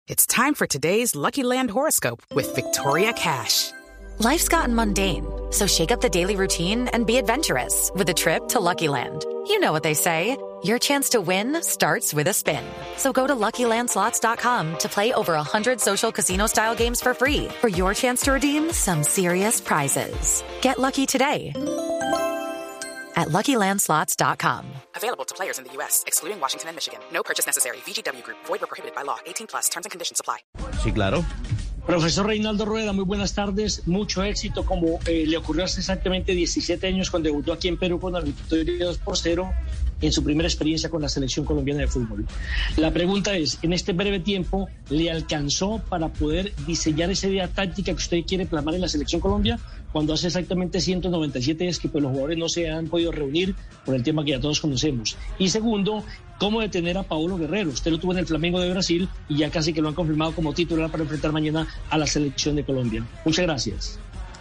It's time for today's Lucky Land horoscope with Victoria Cash. Life's gotten mundane, so shake up the daily routine and be adventurous with a trip to Lucky Land. You know what they say, your chance to win starts with a spin. So go to LuckyLandSlots.com to play over 100 social casino-style games for free for your chance to redeem some serious prizes. Get lucky today at LuckyLandSlots.com. Available to players in the U.S., excluding Washington and Michigan. No purchase necessary. VGW Group. Void or prohibited by law. 18+. Terms and conditions apply. Sí, claro. Profesor Reinaldo Rueda, muy buenas tardes. Mucho éxito, como le ocurrió hace exactamente 17 años cuando debutó aquí en Perú con la victoria 2-0 en su primera experiencia con la selección colombiana de fútbol. La pregunta es, en este breve tiempo, ¿le alcanzó para poder diseñar esa idea táctica que usted quiere plasmar en la selección Colombia? Cuando hace exactamente 197 días que pues, los jugadores no se han podido reunir por el tema que ya todos conocemos. Y segundo, ¿cómo detener a Paolo Guerrero? Usted lo tuvo en el Flamengo de Brasil y ya casi que lo han confirmado como titular para enfrentar mañana a la selección de Colombia. Muchas gracias.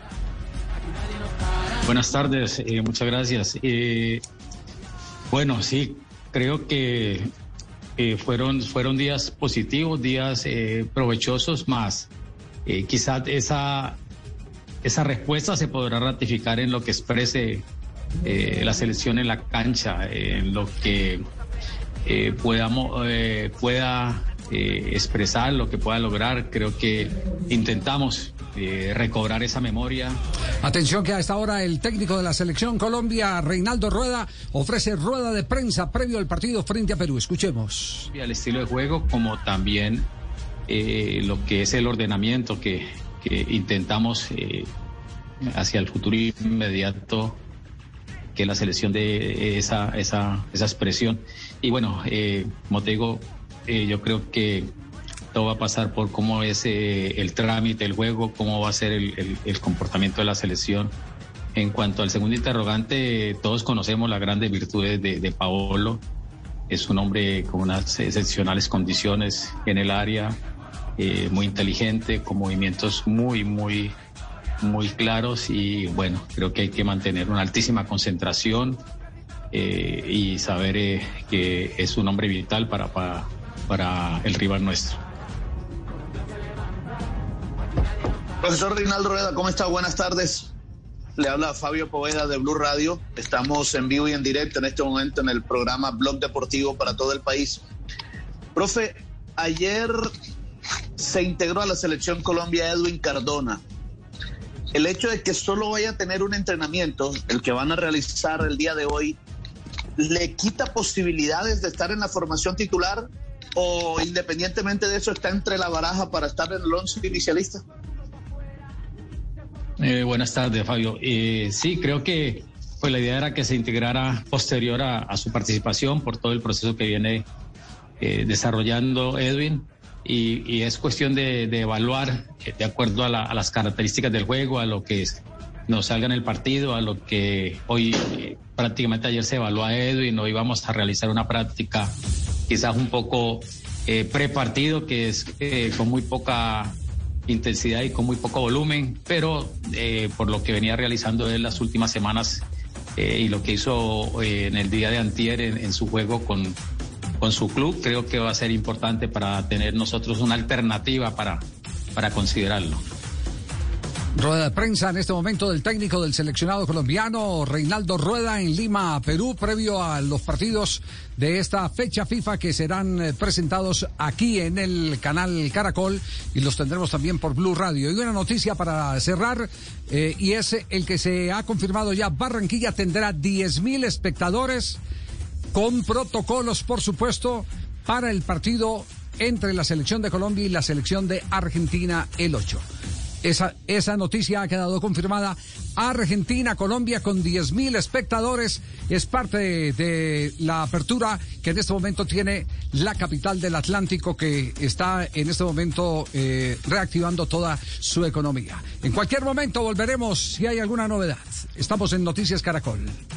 Buenas tardes, muchas gracias. Bueno, sí, creo que fueron días positivos, días provechosos, más quizás esa respuesta se podrá ratificar en lo que exprese la selección en la cancha, en lo que pueda expresar, lo que pueda lograr. Creo que intentamos recobrar esa memoria. Atención que a esta hora el técnico de la selección Colombia, Reinaldo Rueda, ofrece rueda de prensa previo al partido frente a Perú. Escuchemos. El estilo de juego, como también lo que es el ordenamiento que intentamos hacia el futuro inmediato, que la selección de esa expresión. Y bueno, como te digo, yo creo que todo va a pasar por cómo es el trámite, el juego, cómo va a ser el comportamiento de la selección. En cuanto al segundo interrogante, todos conocemos las grandes virtudes de Paolo. Es un hombre con unas excepcionales condiciones en el área, muy inteligente, con movimientos muy claros, y bueno, creo que hay que mantener una altísima concentración y saber que es un hombre vital para el rival nuestro. Profesor Reinaldo Rueda, ¿cómo está? Buenas tardes. Le habla Fabio Poveda de Blue Radio. Estamos en vivo y en directo en este momento en el programa Blog Deportivo para todo el país. Profe, ayer se integró a la selección Colombia Edwin Cardona. El hecho de que solo vaya a tener un entrenamiento, el que van a realizar el día de hoy, ¿le quita posibilidades de estar en la formación titular o independientemente de eso está entre la baraja para estar en el 11 inicialista? Buenas tardes, Fabio. Sí, creo que pues la idea era que se integrara posterior a su participación por todo el proceso que viene desarrollando Edwin, y es cuestión de evaluar de acuerdo a las características del juego, a lo que nos salga en el partido, a lo que hoy prácticamente ayer se evaluó a Edwin. Hoy vamos a realizar una práctica quizás un poco prepartido, que es con muy poca intensidad y con muy poco volumen, pero por lo que venía realizando en las últimas semanas y lo que hizo en el día de antier en su juego con su club, creo que va a ser importante para tener nosotros una alternativa para considerarlo. Rueda de prensa en este momento del técnico del seleccionado colombiano, Reinaldo Rueda, en Lima, Perú, previo a los partidos de esta fecha FIFA que serán presentados aquí en el canal Caracol, y los tendremos también por Blue Radio. Y una noticia para cerrar, y es el que se ha confirmado ya: Barranquilla tendrá 10.000 espectadores con protocolos, por supuesto, para el partido entre la selección de Colombia y la selección de Argentina el 8. Esa noticia ha quedado confirmada. Argentina, Colombia con 10.000 espectadores es parte de la apertura que en este momento tiene la capital del Atlántico, que está en este momento reactivando toda su economía. En cualquier momento volveremos si hay alguna novedad. Estamos en Noticias Caracol.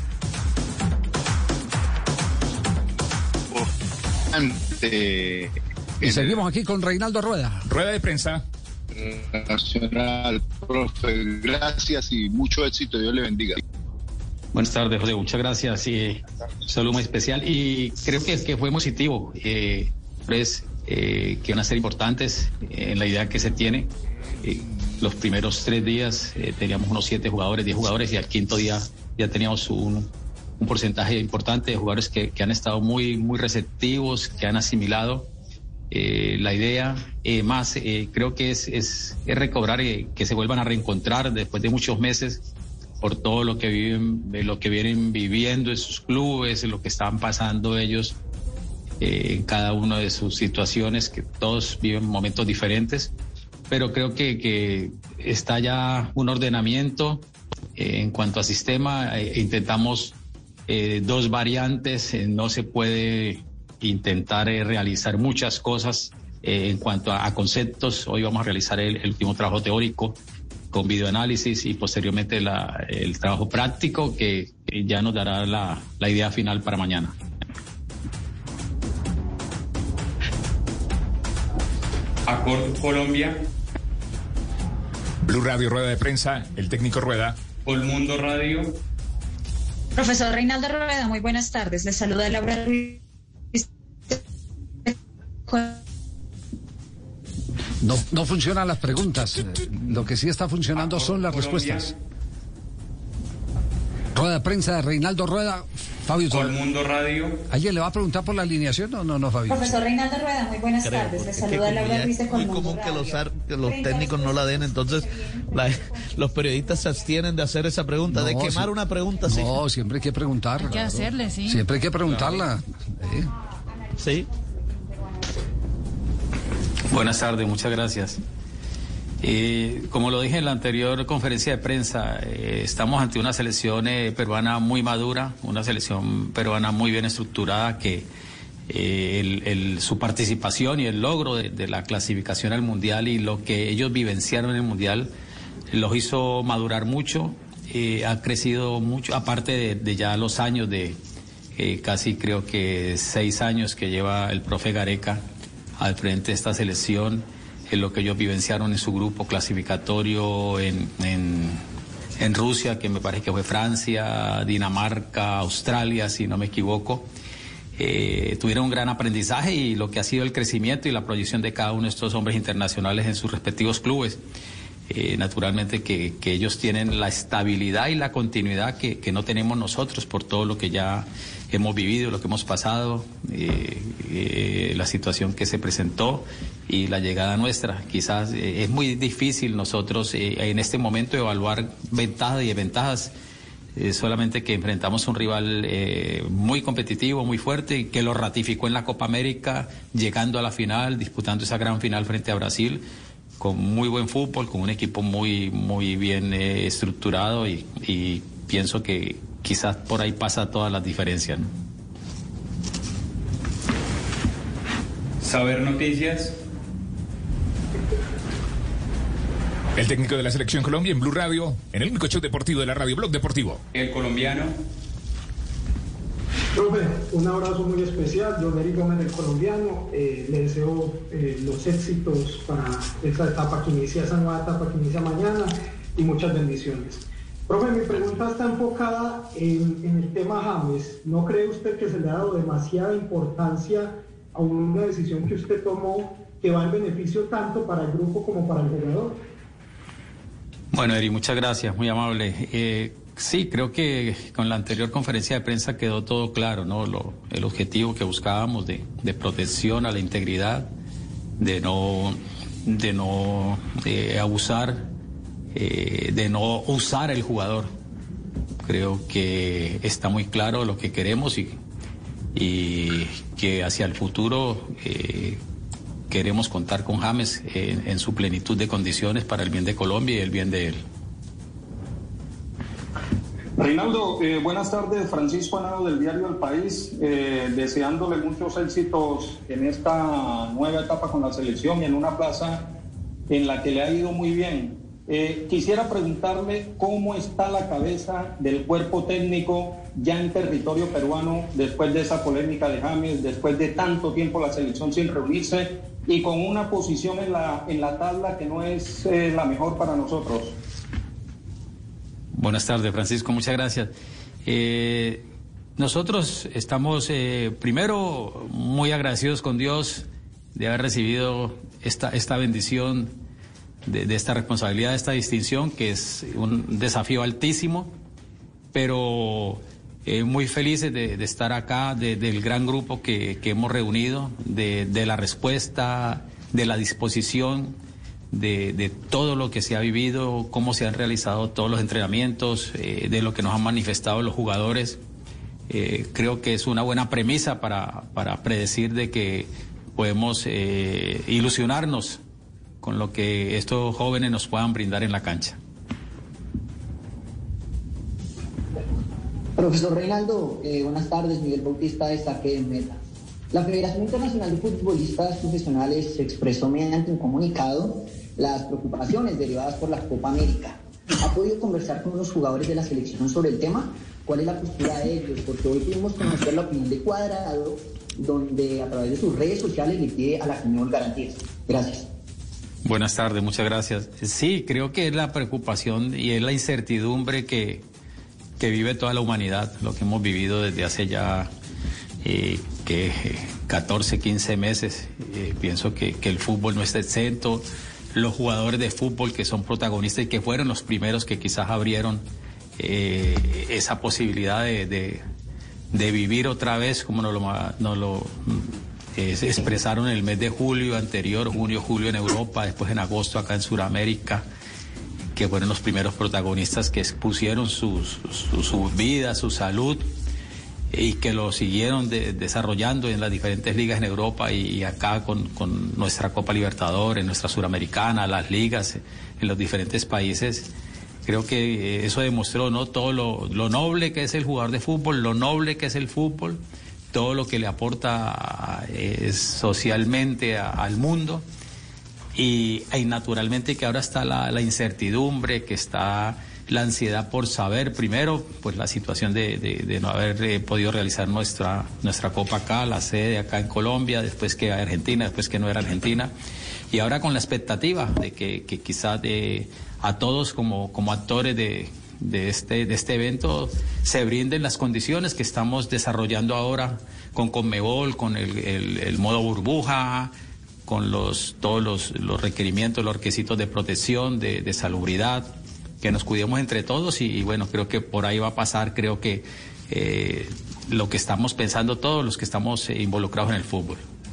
Y seguimos aquí con Reinaldo Rueda. Rueda de prensa nacional, profe, gracias y mucho éxito, Dios le bendiga. Buenas tardes, José, muchas gracias. Saludo muy especial, y creo que fue positivo. que van a ser importantes en la idea que se tiene. Los primeros 3 días teníamos unos 7 jugadores, 10 jugadores, y al quinto día ya teníamos un porcentaje importante de jugadores que han estado muy receptivos, que han asimilado la idea. Creo que es recobrar, que se vuelvan a reencontrar después de muchos meses por todo lo que vienen viviendo en sus clubes, en lo que están pasando ellos en cada una de sus situaciones, que todos viven momentos diferentes, pero creo que está ya un ordenamiento en cuanto a sistema. Intentamos 2 variantes, no se puede intentar realizar muchas cosas en cuanto a conceptos. Hoy vamos a realizar el último trabajo teórico con videoanálisis y posteriormente el trabajo práctico que ya nos dará la idea final para mañana. Accord Colombia. Blue Radio, rueda de prensa, el técnico Rueda. Colmundo Radio. Profesor Reinaldo Rueda, muy buenas tardes. Les saluda Laura Ruiz. No funcionan las preguntas. Lo que sí está funcionando son las respuestas. Rueda de prensa de Reinaldo Rueda. Fabio. Colmundo Radio. ¿Alguien le va a preguntar por la alineación o no, Fabio? Profesor Reinaldo Rueda, muy buenas tardes. Les saluda Laura Ruiz de Colmundo Radio. Es muy común que los técnicos no la den, entonces los periodistas se abstienen de hacer esa pregunta, de quemar una pregunta. No, siempre hay que preguntar. Hay que hacerle, sí. Siempre hay que preguntarla. Sí. Buenas tardes, muchas gracias. Como lo dije en la anterior conferencia de prensa, estamos ante una selección peruana muy madura, una selección peruana muy bien estructurada, que su participación y el logro de la clasificación al Mundial y lo que ellos vivenciaron en el Mundial los hizo madurar mucho, ha crecido mucho, aparte de ya los años de casi creo que 6 años que lleva el profe Gareca al frente de esta selección, en lo que ellos vivenciaron en su grupo clasificatorio en Rusia, que me parece que fue Francia, Dinamarca, Australia, si no me equivoco. Tuvieron un gran aprendizaje y lo que ha sido el crecimiento y la proyección de cada uno de estos hombres internacionales en sus respectivos clubes. Naturalmente que ellos tienen la estabilidad y la continuidad que no tenemos nosotros por todo lo que ya hemos vivido, lo que hemos pasado, la situación que se presentó y la llegada nuestra. Quizás es muy difícil nosotros en este momento evaluar ventajas y desventajas, solamente que enfrentamos un rival muy competitivo, muy fuerte, que lo ratificó en la Copa América, llegando a la final, disputando esa gran final frente a Brasil, con muy buen fútbol, con un equipo muy bien estructurado y pienso que quizás por ahí pasa todas las diferencias, ¿no? Saber Noticias. El técnico de la Selección Colombia en Blue Radio, en el único show deportivo de la radio, Blog Deportivo. El colombiano. Profe, un abrazo muy especial. Yo, Eric Gómez, del colombiano. Le deseo los éxitos para esa etapa que inicia, esa nueva etapa que inicia mañana, y muchas bendiciones. Profe, mi pregunta está enfocada en el tema James. ¿No cree usted que se le ha dado demasiada importancia a una decisión que usted tomó que va en beneficio tanto para el grupo como para el jugador? Bueno, Eri, muchas gracias, muy amable. Sí, creo que con la anterior conferencia de prensa quedó todo claro, ¿no? El objetivo que buscábamos de protección a la integridad, de no abusar, de no usar el jugador. Creo que está muy claro lo que queremos y que hacia el futuro queremos contar con James en su plenitud de condiciones para el bien de Colombia y el bien de él. Reinaldo, buenas tardes. Francisco Anado del diario El País, deseándole muchos éxitos en esta nueva etapa con la selección y en una plaza en la que le ha ido muy bien. Quisiera preguntarle cómo está la cabeza del cuerpo técnico ya en territorio peruano después de esa polémica de James, después de tanto tiempo la selección sin reunirse y con una posición en la tabla que no es la mejor para nosotros. Buenas tardes, Francisco, muchas gracias. Nosotros estamos primero muy agradecidos con Dios de haber recibido esta bendición, de esta responsabilidad, de esta distinción, que es un desafío altísimo, pero muy felices de estar acá, del gran grupo que hemos reunido, de la respuesta, de la disposición, de todo lo que se ha vivido, cómo se han realizado todos los entrenamientos, de lo que nos han manifestado los jugadores. Creo que es una buena premisa para predecir de que podemos ilusionarnos con lo que estos jóvenes nos puedan brindar en la cancha. Profesor Reinaldo, buenas tardes. Miguel Bautista de Saque de Meta. La Federación Internacional de Futbolistas Profesionales expresó mediante un comunicado las preocupaciones derivadas por la Copa América. ¿Ha podido conversar con los jugadores de la selección sobre el tema? ¿Cuál es la postura de ellos? Porque hoy pudimos conocer la opinión de Cuadrado, donde a través de sus redes sociales le pide a la Conmebol garantías. Gracias. Buenas tardes, muchas gracias. Sí, creo que es la preocupación y es la incertidumbre que vive toda la humanidad, lo que hemos vivido desde hace ya 14, 15 meses. Pienso que el fútbol no está exento. Los jugadores de fútbol que son protagonistas y que fueron los primeros que quizás abrieron esa posibilidad de vivir otra vez, como nos lo expresaron en el mes de julio anterior, julio en Europa, después en agosto acá en Sudamérica, que fueron los primeros protagonistas que expusieron sus vidas, su salud, y que lo siguieron desarrollando en las diferentes ligas en Europa y acá con nuestra Copa Libertadores, nuestra Suramericana, las ligas en los diferentes países. Creo que eso demostró, ¿no?, todo lo noble que es el jugador de fútbol, lo noble que es el fútbol, todo lo que le aporta socialmente al mundo. Y naturalmente que ahora está la incertidumbre, que está la ansiedad por saber, primero, pues la situación de no haber podido realizar nuestra Copa acá, la sede acá en Colombia, después que era Argentina, después que no era Argentina, y ahora con la expectativa de que quizás a todos como actores de este evento se brinden las condiciones que estamos desarrollando ahora con Conmebol, con el modo burbuja, con todos los requerimientos, los requisitos de protección, de salubridad, que nos cuidemos entre todos y bueno, creo que por ahí va a pasar, creo que lo que estamos pensando todos los que estamos involucrados en el fútbol.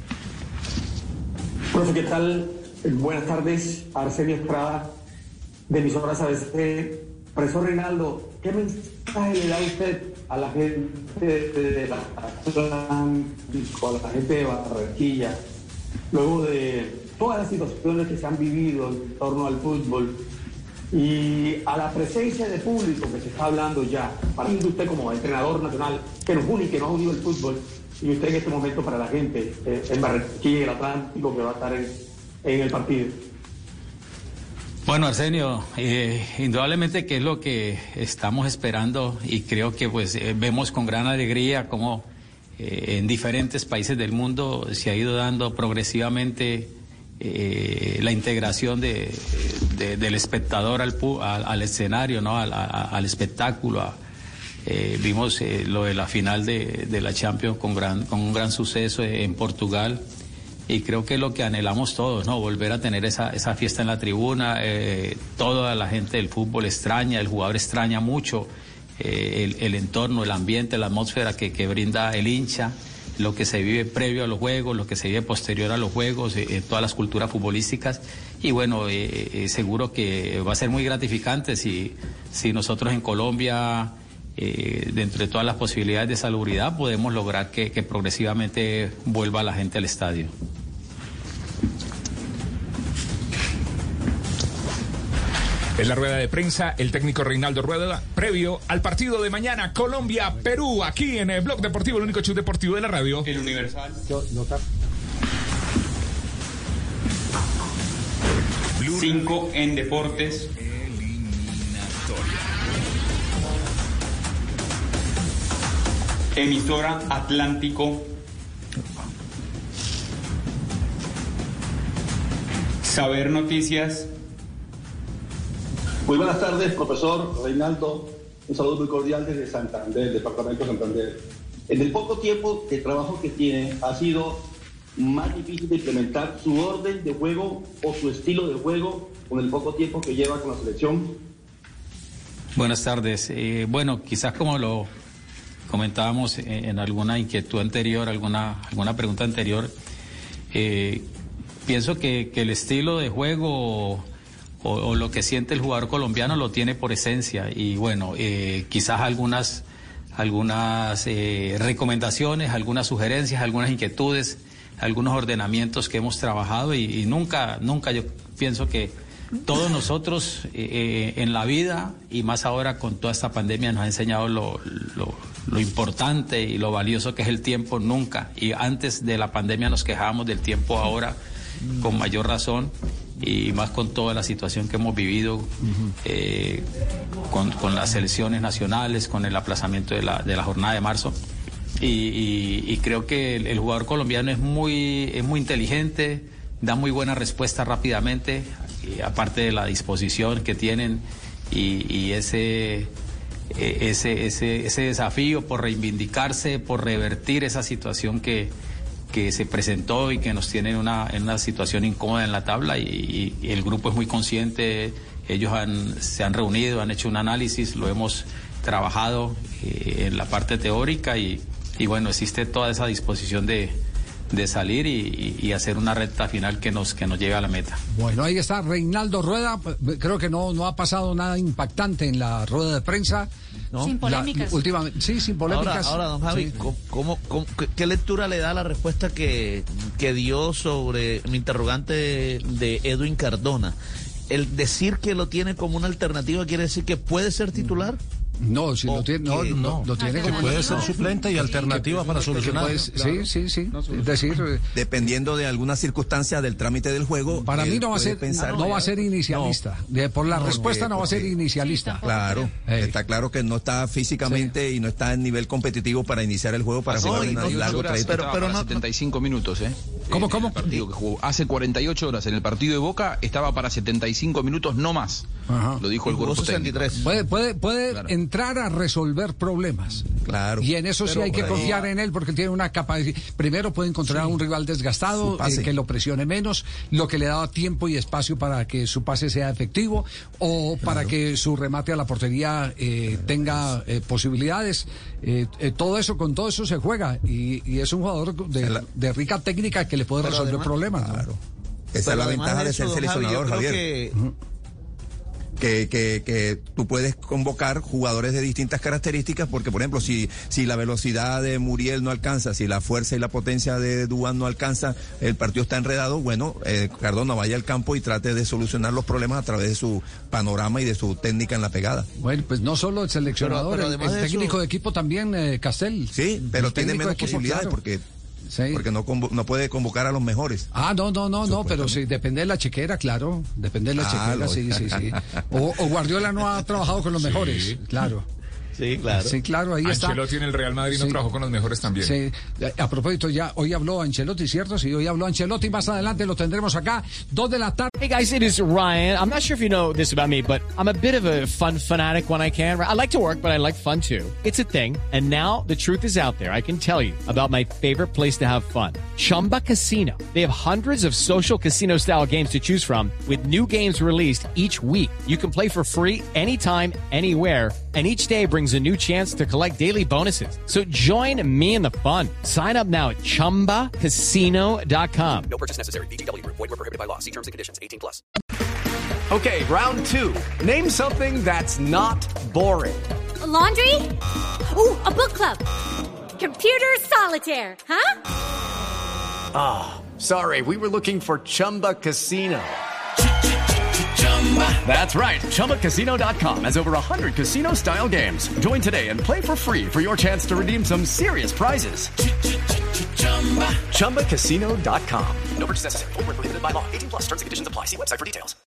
Profe, ¿qué tal? Buenas tardes, Arsenio Estrada, de Emisoras ABC. Profesor Reinaldo, ¿qué mensaje le da usted a la gente de Atlántico, a la gente de Barranquilla, luego de todas las situaciones que se han vivido en torno al fútbol y a la presencia de público que se está hablando ya? Para usted como entrenador nacional que nos une y que nos ha unido el fútbol, y usted en este momento para la gente en Barranquilla y el Atlántico que va a estar en el partido. Bueno, Arsenio, indudablemente que es lo que estamos esperando y creo que pues vemos con gran alegría cómo en diferentes países del mundo se ha ido dando progresivamente la integración del espectador al escenario, ¿no?, al espectáculo. Vimos lo de la final de la Champions con un gran suceso en Portugal. Y creo que es lo que anhelamos todos, ¿no? Volver a tener esa fiesta en la tribuna. Toda la gente del fútbol extraña, el jugador extraña mucho el entorno, el ambiente, la atmósfera que brinda el hincha, lo que se vive previo a los juegos, lo que se vive posterior a los juegos, todas las culturas futbolísticas. Y bueno, seguro que va a ser muy gratificante si nosotros en Colombia, dentro de todas las posibilidades de salubridad, podemos lograr que progresivamente vuelva la gente al estadio. En la rueda de prensa, el técnico Reinaldo Rueda, previo al partido de mañana, Colombia-Perú, aquí en el Blog Deportivo, el único show deportivo de la radio. El Universal. 5 en deportes. Emisora Atlántico. Saber Noticias. Muy buenas tardes, profesor Reinaldo. Un saludo muy cordial desde Santander, departamento de Santander. En el poco tiempo de trabajo que tiene, ha sido más difícil de implementar su orden de juego o su estilo de juego con el poco tiempo que lleva con la selección? Buenas tardes. Bueno, quizás como lo comentábamos en alguna inquietud anterior, alguna pregunta anterior, pienso que el estilo de juego o lo que siente el jugador colombiano lo tiene por esencia y bueno, quizás algunas recomendaciones, algunas sugerencias, algunas inquietudes, algunos ordenamientos que hemos trabajado y nunca yo pienso que todos nosotros en la vida y más ahora con toda esta pandemia nos ha enseñado lo importante y lo valioso que es el tiempo. Nunca, y antes de la pandemia nos quejábamos del tiempo, ahora con mayor razón y más con toda la situación que hemos vivido con las selecciones nacionales, con el aplazamiento de la jornada de marzo. Y creo que el jugador colombiano es muy inteligente, da muy buena respuesta rápidamente, aparte de la disposición que tienen y ese desafío por reivindicarse, por revertir esa situación que se presentó y que nos tiene en una situación incómoda en la tabla y el grupo es muy consciente. Ellos se han reunido, han hecho un análisis, lo hemos trabajado en la parte teórica y bueno, existe toda esa disposición de salir y hacer una recta final que nos lleve a la meta. Bueno, ahí está Reinaldo Rueda. Creo que no ha pasado nada impactante en la rueda de prensa, ¿no? Sin polémicas. Últimamente, sí, sin polémicas. Ahora, don Javi, sí. ¿Qué lectura le da la respuesta que dio sobre mi interrogante de Edwin Cardona? ¿El decir que lo tiene como una alternativa quiere decir que puede ser titular? No, si lo tiene, lo tiene que puede ser suplente y alternativa para solucionar. Sí. Es decir, dependiendo de alguna circunstancia del trámite del juego. Para mí no va a ser inicialista. Por la respuesta no va a ser inicialista. Claro, está claro que no está físicamente y no está en nivel competitivo para iniciar el juego para jugar un largo trayecto. Pero no 75 minutos, ¿Cómo? El partido que jugó hace 48 horas en el partido de Boca estaba para 75 minutos no más. Ajá. Lo dijo el cuerpo técnico. Puede entrar a resolver problemas. Claro. Y en eso sí hay que confiar en él porque tiene una capacidad. Primero puede encontrar a un rival desgastado que lo presione menos, lo que le da tiempo y espacio para que su pase sea efectivo o para que su remate a la portería tenga posibilidades. Con todo eso se juega y es un jugador de rica técnica que le puede resolver problemas. Claro. Esa es la ventaja de ser seleccionador, Javier. Que tú puedes convocar jugadores de distintas características porque, por ejemplo, si la velocidad de Muriel no alcanza, si la fuerza y la potencia de Duván no alcanza, el partido está enredado, bueno, Cardona vaya al campo y trate de solucionar los problemas a través de su panorama y de su técnica en la pegada. Bueno, pues no solo el seleccionador, el técnico de equipo también, Castel. Sí, pero tiene menos posibilidades porque no puede convocar a los mejores. No, pero sí, depende de la chequera, claro. Depende de la chequera, sí. O Guardiola no ha trabajado con los mejores, claro. Sí, claro. Sí, claro, ahí está. Ancelotti en el Real Madrid no trabajó con los mejores también. Sí, a propósito, hoy habló Ancelotti, ¿cierto? Sí, hoy habló Ancelotti, más adelante lo tendremos acá, 2 de la tarde. Hey guys, it is Ryan. I'm not sure if you know this about me, but I'm a bit of a fun fanatic when I can. I like to work, but I like fun too. It's a thing. And now the truth is out there. I can tell you about my favorite place to have fun. Chumba Casino. They have hundreds of social casino style games to choose from with new games released each week. You can play for free anytime, anywhere. And each day brings a new chance to collect daily bonuses. So join me in the fun. Sign up now at ChumbaCasino.com. No purchase necessary. VGW Group. Void where prohibited by law. See terms and conditions. 18+. Okay, round 2. Name something that's not boring. A laundry? Ooh, a book club. Computer solitaire, huh? Ah, sorry. We were looking for Chumba Casino. That's right. ChumbaCasino.com has over 100 casino-style games. Join today and play for free for your chance to redeem some serious prizes. ChumbaCasino.com. No purchase necessary. Void where prohibited by law. 18+. Terms and conditions apply. See website for details.